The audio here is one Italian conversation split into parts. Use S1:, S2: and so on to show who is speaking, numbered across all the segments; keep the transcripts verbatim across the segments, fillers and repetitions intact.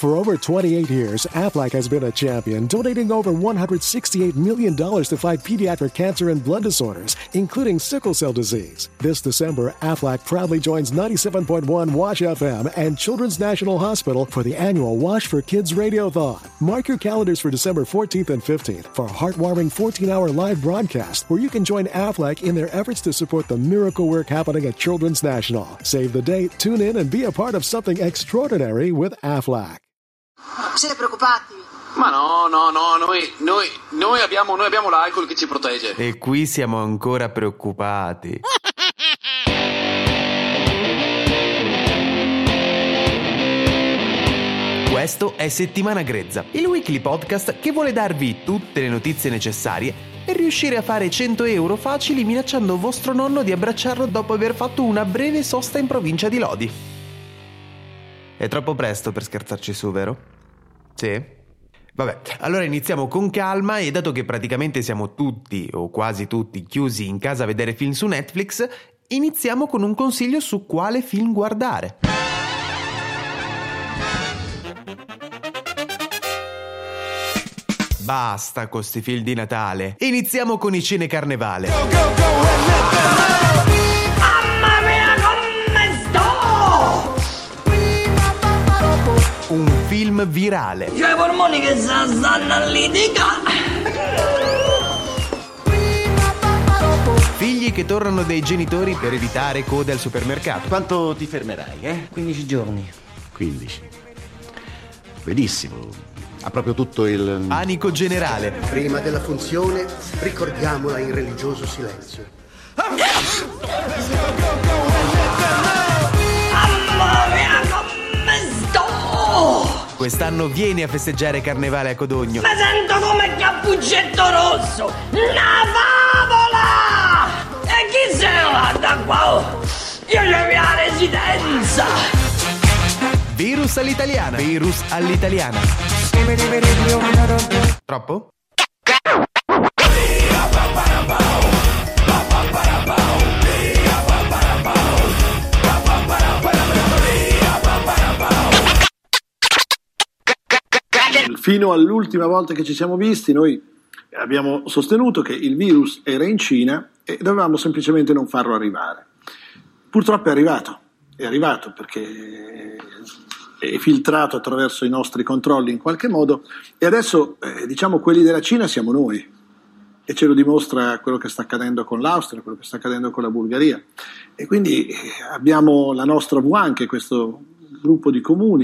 S1: For over twenty-eight years, Aflac has been a champion, donating over one hundred sixty-eight million dollars to fight pediatric cancer and blood disorders, including sickle cell disease. This December, Aflac proudly joins ninety-seven point one Wash F M and Children's National Hospital for the annual Wash for Kids Radiothon. Mark your calendars for December fourteenth and fifteenth for a heartwarming fourteen-hour live broadcast where you can join Aflac in their efforts to support the miracle work happening at Children's National. Save the date, tune in, and be a part of something extraordinary with Aflac.
S2: Siete preoccupati?
S3: Ma no, no, no, noi, noi, noi abbiamo, noi abbiamo l'alcol che ci protegge.
S4: E qui siamo ancora preoccupati. Questo è Settimana Grezza, il weekly podcast che vuole darvi tutte le notizie necessarie per riuscire a fare cento euro facili minacciando vostro nonno di abbracciarlo dopo aver fatto una breve sosta in provincia di Lodi. È troppo presto per scherzarci su, vero? Sì? Vabbè, allora iniziamo con calma e dato che praticamente siamo tutti, o quasi tutti, chiusi in casa a vedere film su Netflix, iniziamo con un consiglio su quale film guardare. Basta con sti film di Natale. Iniziamo con i Cine Carnevale. Go, go, go,
S5: mamma mia, come sto!
S4: Un film virale.
S5: Io ho i polmoni che stanno a litigare.
S4: Figli che tornano dai genitori per evitare code al supermercato.
S6: Quanto ti fermerai, eh?
S5: quindici giorni.
S6: quindici. Benissimo. Ha proprio tutto il...
S4: Panico generale.
S7: Prima della funzione, ricordiamola in religioso silenzio.
S5: Mamma mia, come sto!
S4: Quest'anno vieni a festeggiare Carnevale a Codogno.
S5: Mi sento come Cappuccetto Rosso! Una favola! E chi se ne va da qua? Io c'ho mia residenza!
S4: Virus all'italiana. Virus all'italiana. Troppo?
S8: Fino all'ultima volta che ci siamo visti noi abbiamo sostenuto che il virus era in Cina e dovevamo semplicemente non farlo arrivare. Purtroppo è arrivato, è arrivato perché è filtrato attraverso i nostri controlli in qualche modo e adesso eh, diciamo quelli della Cina siamo noi e ce lo dimostra quello che sta accadendo con l'Austria, quello che sta accadendo con la Bulgaria e quindi eh, abbiamo la nostra Wuhan, che è questo gruppo di comuni.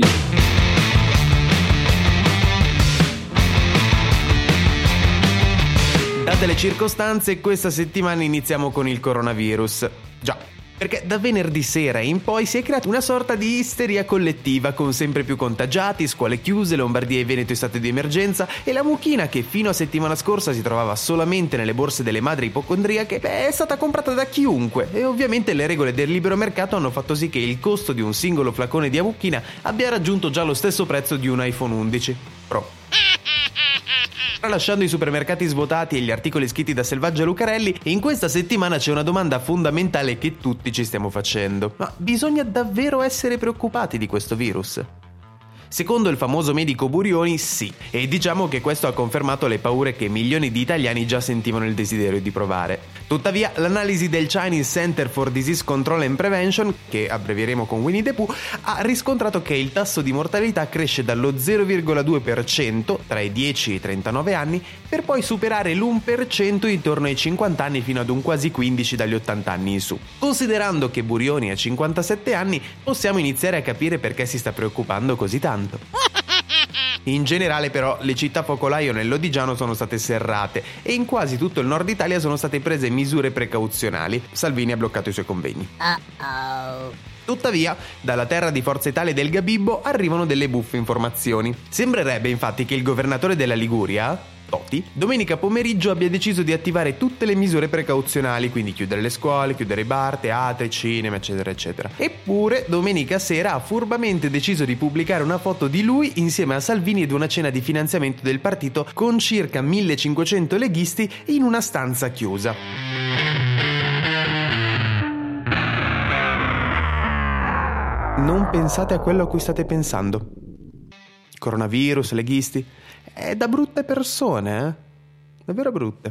S4: Date le circostanze, questa settimana iniziamo con il coronavirus. Già. Perché da venerdì sera in poi si è creata una sorta di isteria collettiva con sempre più contagiati, scuole chiuse, Lombardia e Veneto in stato di emergenza e la mucchina che fino a settimana scorsa si trovava solamente nelle borse delle madri ipocondriache beh, è stata comprata da chiunque e ovviamente le regole del libero mercato hanno fatto sì che il costo di un singolo flacone di amucchina abbia raggiunto già lo stesso prezzo di un iPhone undici Pro. Tralasciando i supermercati svuotati e gli articoli scritti da Selvaggia Lucarelli, in questa settimana c'è una domanda fondamentale che tutti ci stiamo facendo. Ma bisogna davvero essere preoccupati di questo virus? Secondo il famoso medico Burioni, sì, e diciamo che questo ha confermato le paure che milioni di italiani già sentivano il desiderio di provare. Tuttavia, l'analisi del Chinese Center for Disease Control and Prevention, che abbrevieremo con Winnie the Pooh, ha riscontrato che il tasso di mortalità cresce dallo zero virgola due per cento tra i dieci e i trentanove anni, per poi superare l'uno per cento intorno ai cinquanta anni fino ad un quasi quindici per cento dagli ottanta anni in su. Considerando che Burioni ha cinquantasette anni, possiamo iniziare a capire perché si sta preoccupando così tanto. In generale però le città focolaio nel Lodigiano sono state serrate e in quasi tutto il nord Italia sono state prese misure precauzionali. Salvini ha bloccato i suoi convegni. Uh-oh. Tuttavia, dalla terra di Forza Italia e del Gabibbo arrivano delle buffe informazioni. Sembrerebbe infatti che il governatore della Liguria, Toti, domenica pomeriggio abbia deciso di attivare tutte le misure precauzionali, quindi chiudere le scuole, chiudere i bar, teatri, cinema, eccetera, eccetera. Eppure, domenica sera ha furbamente deciso di pubblicare una foto di lui insieme a Salvini ed una cena di finanziamento del partito con circa millecinquecento leghisti in una stanza chiusa. Non pensate a quello a cui state pensando. coronavirus, leghisti. È da brutte persone, eh? Davvero brutte.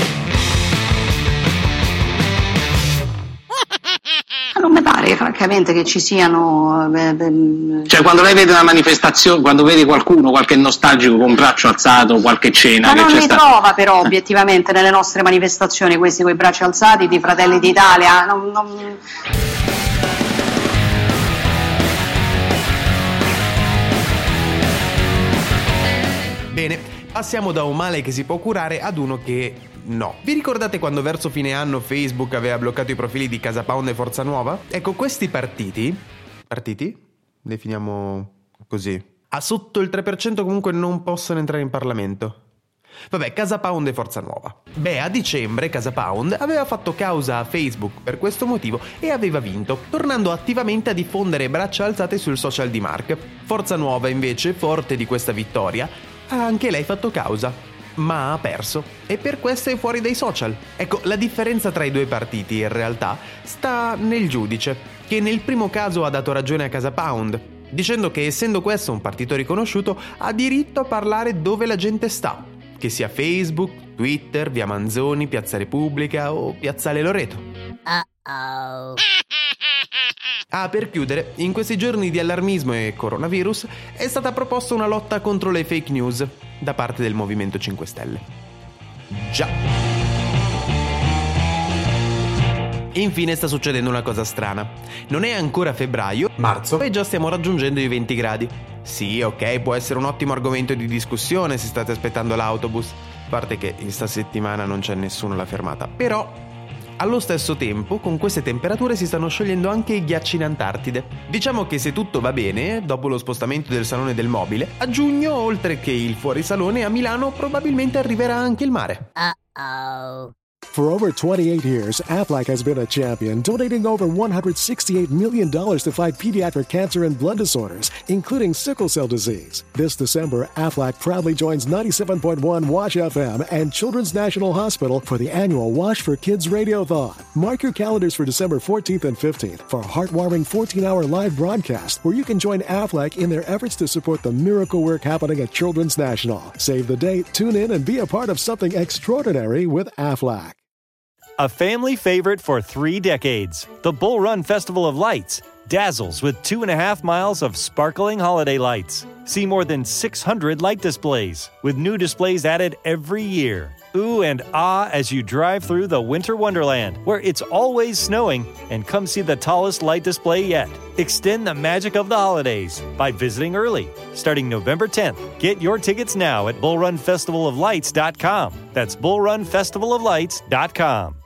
S2: Non mi pare francamente che ci siano beh, beh,
S3: Cioè, quando lei vede una manifestazione, quando vede qualcuno, qualche nostalgico con un braccio alzato, qualche cena
S2: ma
S3: che
S2: non
S3: c'è
S2: li
S3: sta...
S2: trova però obiettivamente nelle nostre manifestazioni questi con i bracci alzati di Fratelli d'Italia. Non, non...
S4: Bene, passiamo da un male che si può curare ad uno che no. Vi ricordate quando verso fine anno Facebook aveva bloccato i profili di Casa Pound e Forza Nuova? Ecco, questi partiti, partiti? Definiamo così, a sotto il tre per cento comunque non possono entrare in Parlamento. Vabbè, Casa Pound e Forza Nuova. Beh, a dicembre Casa Pound aveva fatto causa a Facebook per questo motivo e aveva vinto, tornando attivamente a diffondere braccia alzate sul social di Mark. Forza Nuova invece, forte di questa vittoria, ha anche lei fatto causa, ma ha perso e per questo è fuori dai social. Ecco, la differenza tra i due partiti in realtà sta nel giudice, che nel primo caso ha dato ragione a Casa Pound, dicendo che essendo questo un partito riconosciuto ha diritto a parlare dove la gente sta, che sia Facebook, Twitter, Via Manzoni, Piazza Repubblica o Piazzale Loreto. Uh-oh. Ah, per chiudere, in questi giorni di allarmismo e coronavirus è stata proposta una lotta contro le fake news da parte del Movimento cinque Stelle. Già. Infine sta succedendo una cosa strana. Non è ancora febbraio, marzo, e già stiamo raggiungendo i venti gradi. Sì, ok, può essere un ottimo argomento di discussione se state aspettando l'autobus, a parte che in sta settimana non c'è nessuno alla fermata, però allo stesso tempo con queste temperature si stanno sciogliendo anche i ghiacci in Antartide. Diciamo che se tutto va bene, dopo lo spostamento del Salone del Mobile, a giugno, oltre che il fuorisalone, a Milano probabilmente arriverà anche il mare.
S2: Uh-oh.
S1: For over twenty-eight years, Aflac has been a champion, donating over one hundred sixty-eight million dollars to fight pediatric cancer and blood disorders, including sickle cell disease. This December, Aflac proudly joins ninety-seven point one Wash F M and Children's National Hospital for the annual Wash for Kids Radiothon. Mark your calendars for December fourteenth and fifteenth for a heartwarming fourteen-hour live broadcast where you can join Aflac in their efforts to support the miracle work happening at Children's National. Save the date, tune in, and be a part of something extraordinary with Aflac.
S9: A family favorite for three decades, the Bull Run Festival of Lights dazzles with two and a half miles of sparkling holiday lights. See more than six hundred light displays, with new displays added every year. Ooh and ah as you drive through the Winter Wonderland, where it's always snowing, and come see the tallest light display yet. Extend the magic of the holidays by visiting early, starting November tenth. Get your tickets now at bull run festival of lights dot com. That's bull run festival of lights dot com.